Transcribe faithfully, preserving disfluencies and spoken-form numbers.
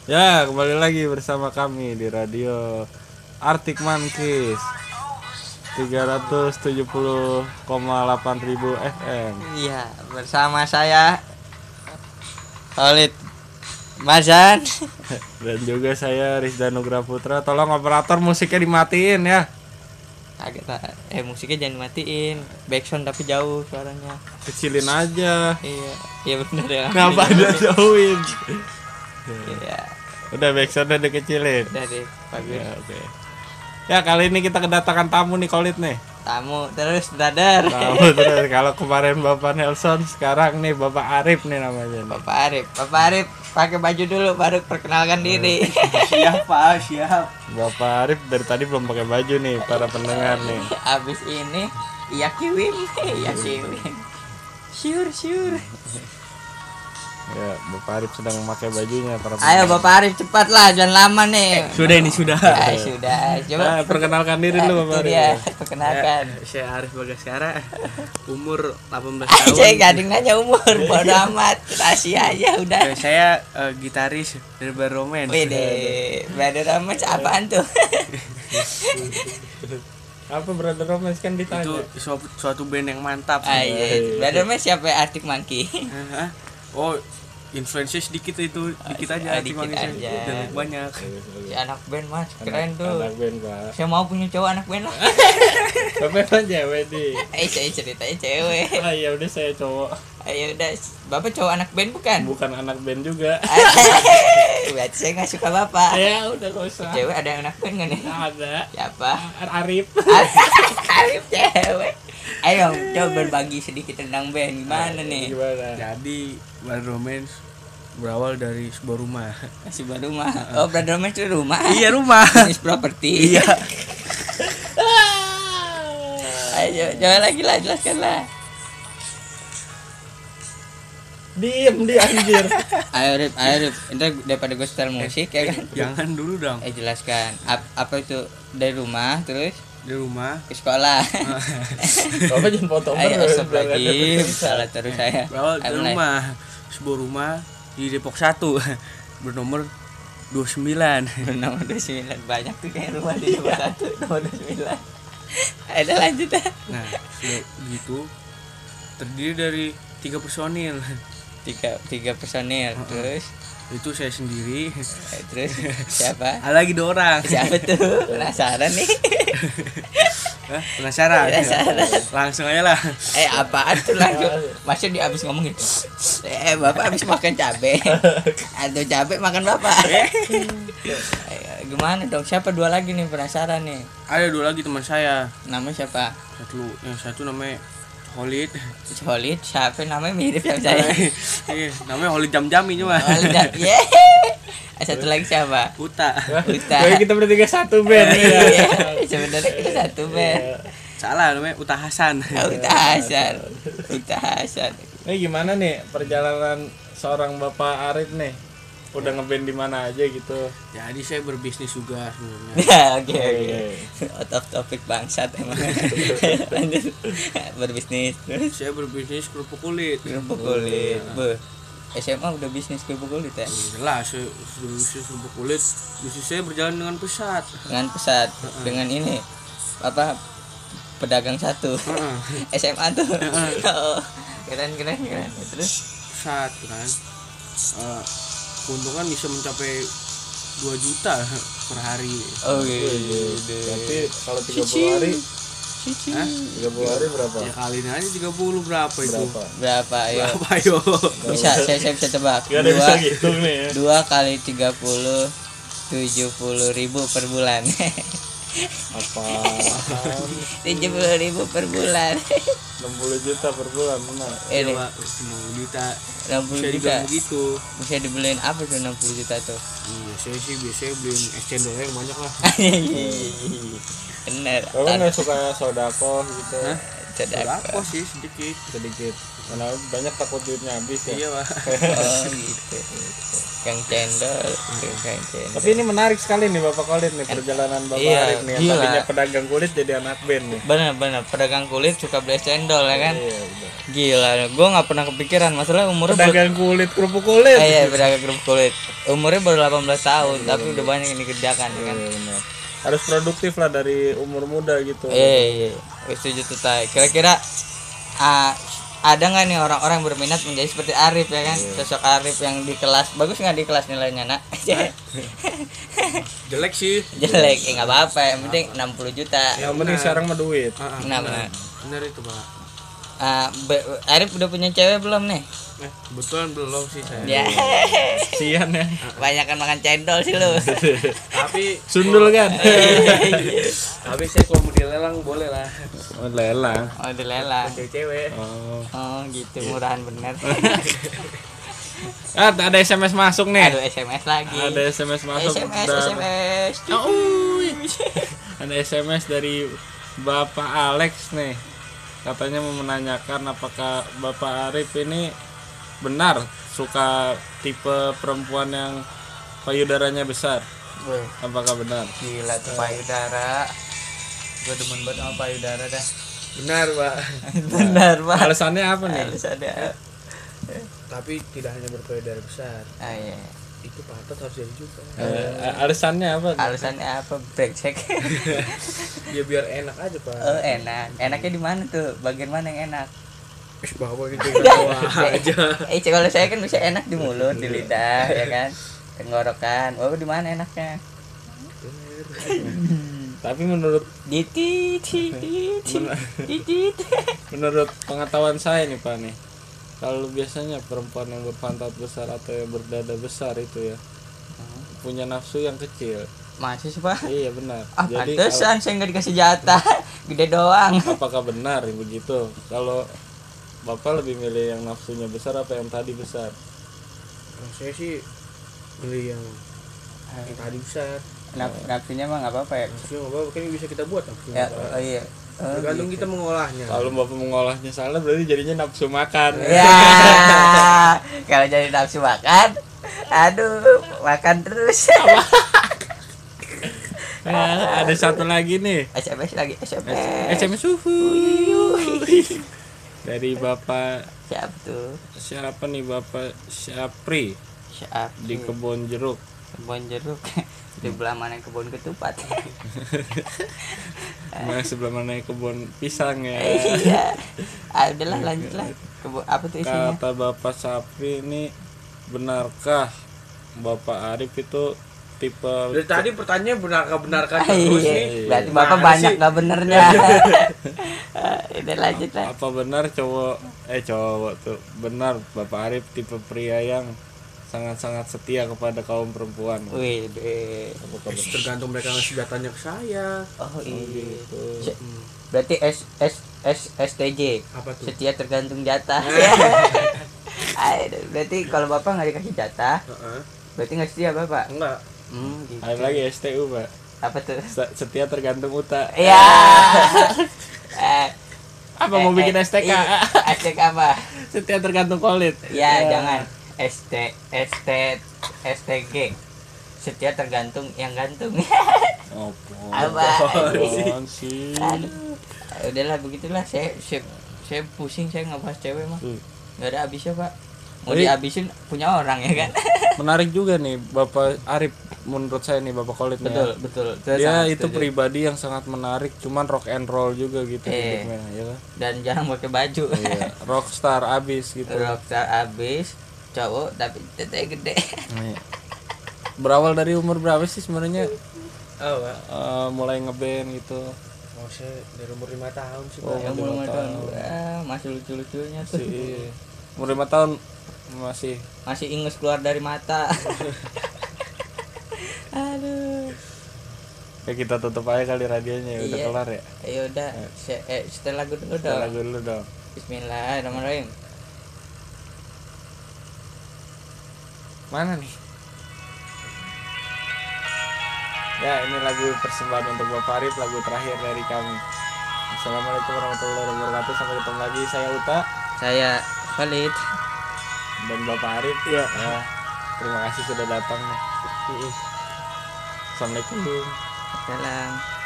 Ya, kembali lagi bersama kami di radio Arctic Monkeys tiga ratus tujuh puluh koma delapan ribu F M. Iya, bersama saya Khalid Mazan Dan juga saya Rizda Nugra Putra. Tolong operator musiknya dimatiin ya. Agak eh musiknya jangan matiin, backsound tapi jauh suaranya. Kecilin aja. Iya, iya benar ya. Kenapa ada jauhin? Iya, Udah backsoundnya dikecilin. udah deh, bagus. Ya, oke. Ya, kali ini kita kedatangan tamu nih, Khalid nih. Tamu terus brother. Tamu terus. Kalau kemarin Bapak Nelson, sekarang nih Bapak Arif nih namanya. nih. Bapak Arif, Bapak Arif pakai baju dulu baru perkenalkan diri. Siap Pak, siap. Bapak Arif dari tadi belum pakai baju nih, para pendengar nih. Abis ini iya kiwin, iya kiwin. Sure, sure. Ya, Bapak Arif sedang memakai bajunya para Ayo Bapak Arif cepat lah, jangan lama nih. Sudah ini sudah. Ya, sudah. Coba Nah, perkenalkan diri dulu Bapak itu Arif. dia, perkenalkan. Ya, saya Arif Bagaskara, umur delapan belas Ah, tahun. saya gak ada yang nanya umur, bodo amat, rahasia aja udah. Ya, saya eh, gitaris dari Bad Romance. Wih deh, Brother Romance apaan tuh? Apa Brother Romance kan ditanya. Itu suatu, suatu band yang mantap. Ah iya, Brother Romance siapa? Arctic Monkey. Hah? Oh, influencer sedikit itu, dikit aja, Ah, dikit Indonesia. aja. Dan banyak. Si anak band mas, keren Anak- tuh. Anak band, Pak. Saya mau punya cowok anak band lah. Bapak kan cewek nih. Eh saya ceritanya cewek. Ah, ya udah saya cowok. Ayo udah, bapak cowok anak band bukan? Bukan anak band juga. Berarti saya nggak suka bapak. Ya udah gak usah. Cewek ada yang anak band nggak nih? Ada. Siapa? Arif. Arif cewek. Ayo coba berbagi sedikit tentang band gimana nih? Gimana? Jadi Bad Romance berawal dari sebuah rumah. Sebuah rumah. Oh, Brother Romance itu rumah. Iya, rumah. Bisnis properti. Iya. Ayo, coba lagi lah, jelaskan lah. Diem di anjir. Ayo Rip, ayo Rip. Ntar daripada gue setel musik ya kan. Jangan dulu dong. Eh jelaskan. Ap- apa itu dari rumah terus Di rumah. ke sekolah. Bapak jangan potong Ayo terus. lagi salah terus saya. Berawal dari Ayo, mulai. rumah, sebuah rumah di Depok satu bernomor dua puluh sembilan. Nomor dua puluh sembilan banyak tuh kayak rumah di nomor satu, nomor dua puluh sembilan. Ada lanjut ah. Nah, sudah gitu terdiri dari tiga personil. Tiga tiga personil Uh-uh. terus Itu saya sendiri. eh, terus siapa? Ada lagi dua orang. Siapa tuh? Penasaran nih. Hah? Penasaran? Penasaran. Langsung aja lah. Eh apaan tuh langsung? Masih dia habis ngomongin. Eh bapak habis makan cabe. Atau cabe makan bapak. Eh, gimana dong? Siapa dua lagi nih penasaran nih? Ada dua lagi teman saya. Nama siapa? Satu yang satu namanya Holid. Holid. Siapa namanya mirip sama saya? Iya, namanya Holid Jam-Jami cuma. Holid. Ye. Satu lagi siapa? Uta. Uta. Jadi kita bertiga satu band. Iya. Sebenarnya kita satu band. Salah namanya Uta Hasan. Uta Hasan. Uta Hasan. Ini gimana nih perjalanan seorang Bapak Arif nih? Udah ngeband di mana aja gitu. Jadi saya berbisnis juga sebenarnya. Ya, oke oke. Out of topic bangsat emang. Lanjut. Berbisnis terus Saya berbisnis kerupuk kulit. kerupuk kulit. Be. S M A udah bisnis kerupuk kulit ya? Jelas, saya sudah bisnis kerupuk kulit. Bisnis saya berjalan dengan pesat. Dengan pesat, dengan ini apa pedagang satu. S M A tuh. Oh, keren keren keren. Terus Pesat kan. Eh, keuntungan bisa mencapai dua juta per hari. oh iya. Tapi kalau tiga puluh hari, Hah? tiga puluh hari berapa? Ya kaliin aja tiga puluh berapa itu? Berapa? Berapa ayo? Berapa yo? Bisa saya saya bisa tebak. Gak ada bisa Dua, ngitung nih ya. dua kali tiga puluh tujuh puluh ribu per bulan. Apa? Tujuh puluh ribu per bulan. enam puluh juta per bulan benar. Ini Coba enam puluh juta. enam puluh Bisa juta. dibilang begitu. Bisa dibeliin apa tuh enam puluh juta tuh? Iya, saya sih biasanya beliin es cendolnya yang banyak lah. Bener. Bapak nggak suka sodako gitu? Hah? Berapa sih sedikit. sedikit. Karena banyak takut duitnya habis ya. Iya, Pak. Oh gitu. Kang cendol, kang cendol. Tapi ini menarik sekali nih Bapak Khalid nih perjalanan Bapak Iya, Arif nih. Yang gila. tadinya pedagang kulit jadi anak band nih. Bener-bener pedagang kulit suka beli cendol ya kan. Iya, udah. Gila, gue nggak pernah kepikiran masalah umurnya baru- Pedagang kulit, kerupuk kulit. Eh, iya, pedagang kerupuk kulit. Umurnya baru delapan belas tahun, tapi udah banyak yang dikerjakan ya kan. Iya, benar. Harus produktif lah dari umur muda gitu. Iya, iya. Wis setuju tuh, Tai. Kira-kira ah, ada nggak nih orang-orang berminat menjadi seperti Arif ya kan? Sosok Arif yang di kelas bagus nggak di kelas nilainya, Nak? Jelek sih. Jelek, ya nggak apa-apa. Yang penting enam puluh juta. Yang penting sekarang mah duit. Ah, ah, Kenapa? benar. Benar itu, Pak. Ah, Be- Arif udah punya cewek belum nih? Eh, kebetulan belum sih saya. Ya, Sian ya. banyakan makan cendol sih lu. Tapi Sundul kan. tapi saya kalau mau dilelang boleh lah. Oh, lelang. Oh, dilelang. Cewek-cewek. Oh. Oh, gitu murahan bener. Ah, ada S M S masuk nih. Aduh, S M S lagi. Ada S M S masuk. S M S, dari- S M S. Oh, ada S M S dari Bapak Alex nih. Katanya mau menanyakan apakah Bapak Arif ini benar suka tipe perempuan yang payudaranya besar. Wih, Apakah benar? gila tuh payudara. Gue demen banget sama payudara dah. Benar, Pak. Benar, Pak. Alasannya apa nih? Harus ada. Tapi tidak hanya berpayudara besar. Ah, iya. Itu pantat harus jadi juga. Eh, alasannya apa? Alasannya apa? Brengsek. Ya biar enak aja, Pak. Oh, enak. Enaknya di mana tuh? Bagian mana yang enak? Eh, bawa gitu bawa aja. Eh, kalau saya kan bisa enak di mulut, di lidah, ya kan? Tenggorokan. Oh, di mana enaknya? Tapi menurut Di titit, titit. menurut pengetahuan saya nih Pak nih, kalau biasanya perempuan yang berpantat besar atau yang berdada besar itu ya punya nafsu yang kecil. Masih sih, Pak. Iya benar. Ah, Jadi pantesan saya nggak dikasih jatah. Gede doang. kalau- apakah benar begitu? Kalau Bapak lebih milih yang nafsunya besar apa yang tadi besar? Kalau saya sih beli yang yang tadi besar. Naf- Nafsunya mah nggak apa-apa ya. Nafsu nggak apa-apa, kan ini bisa kita buat nafsu. Ya, oh iya. Oh, Tergantung gitu. kita mengolahnya. Kalau Bapak mengolahnya salah berarti jadinya nafsu makan. Ya, kalau jadi nafsu makan, aduh, makan terus. Nah, ada satu lagi nih. S M S lagi, S M S. S M S suhu dari Bapak Siapa tuh? siapa nih Bapak Syapri Siapa? di Kebon Jeruk. Kebun jeruk. Di belah mana kebun ketupat? Nah, sebelah mana kebun pisang ya. Iya. Ah, udahlah lanjutlah. Kebun apa tuh isinya? Kata Bapak Syapri ini, benarkah Bapak Arif itu tipe Dari tadi pertanyaannya benarkah benarkan Ah, terus iya. nih. Berarti Mana Bapak banyak sih? nggak benernya. Udah lanjut lah. apa benar cowok eh cowok tuh benar Bapak Arif tipe pria yang sangat-sangat setia kepada kaum perempuan? Wih, deh. Apakah Eh, benar? tergantung mereka ngasih datanya ke saya. Oh iya. Gitu. Se- Berarti S S S S T J. Apa tuh? Setia tergantung jatah. Aduh, berarti kalau Bapak nggak dikasih jatah, Heeh. berarti nggak setia Bapak. Enggak. Hmm, gitu. Ada lagi S T U Pak, Apa tuh? Se- setia tergantung uta. Iya. Eh, Apa mau bikin S T K? iya. S T K apa? Setia tergantung kulit. Ya, jangan. S T S T S T G. Setia tergantung yang gantung. Apa? Apa? Apaan sih? Aduh. Udahlah begitulah, saya saya, saya pusing, saya nggak bahas cewek mah. Hmm. Nggak ada habisnya, Pak. Mau Jadi- dihabisin punya orang ya kan? Menarik juga nih Bapak Arif, menurut saya nih Bapak Khalid nih ya. Betul, betul. Saya Dia sangat itu setuju. pribadi yang sangat menarik, cuman rock and roll juga gitu Eh. hidupnya, ya kan? Dan jarang pakai baju. Iya, rockstar abis gitu. Rockstar abis, cowok tapi tetenya gede. Iya. Berawal dari umur berapa sih sebenarnya Oh, Pak. eh, mulai ngeband gitu? Oh, saya dari umur lima tahun sih, Oh, Pak. Yang lima mulai tahun. tahun. Wah, masih lucu-lucunya tuh. Si umur lima tahun masih. Masih ingus keluar dari mata. Aduh. Ya kita tutup aja kali radionya ya, udah Iya. kelar ya. Ya udah, se- eh, setel lagu dulu Kita dong. lagu dulu dong. Bismillahirrahmanirrahim. Mana nih? Ya ini lagu persembahan untuk Bapak Arif, lagu terakhir dari kami. Assalamualaikum warahmatullahi wabarakatuh. Sampai ketemu lagi. Saya Uta Saya Khalid. dan Bapak Arif. Iya. Ya, terima kasih sudah datang. Mm-mm. Assalamualaikum. Salam.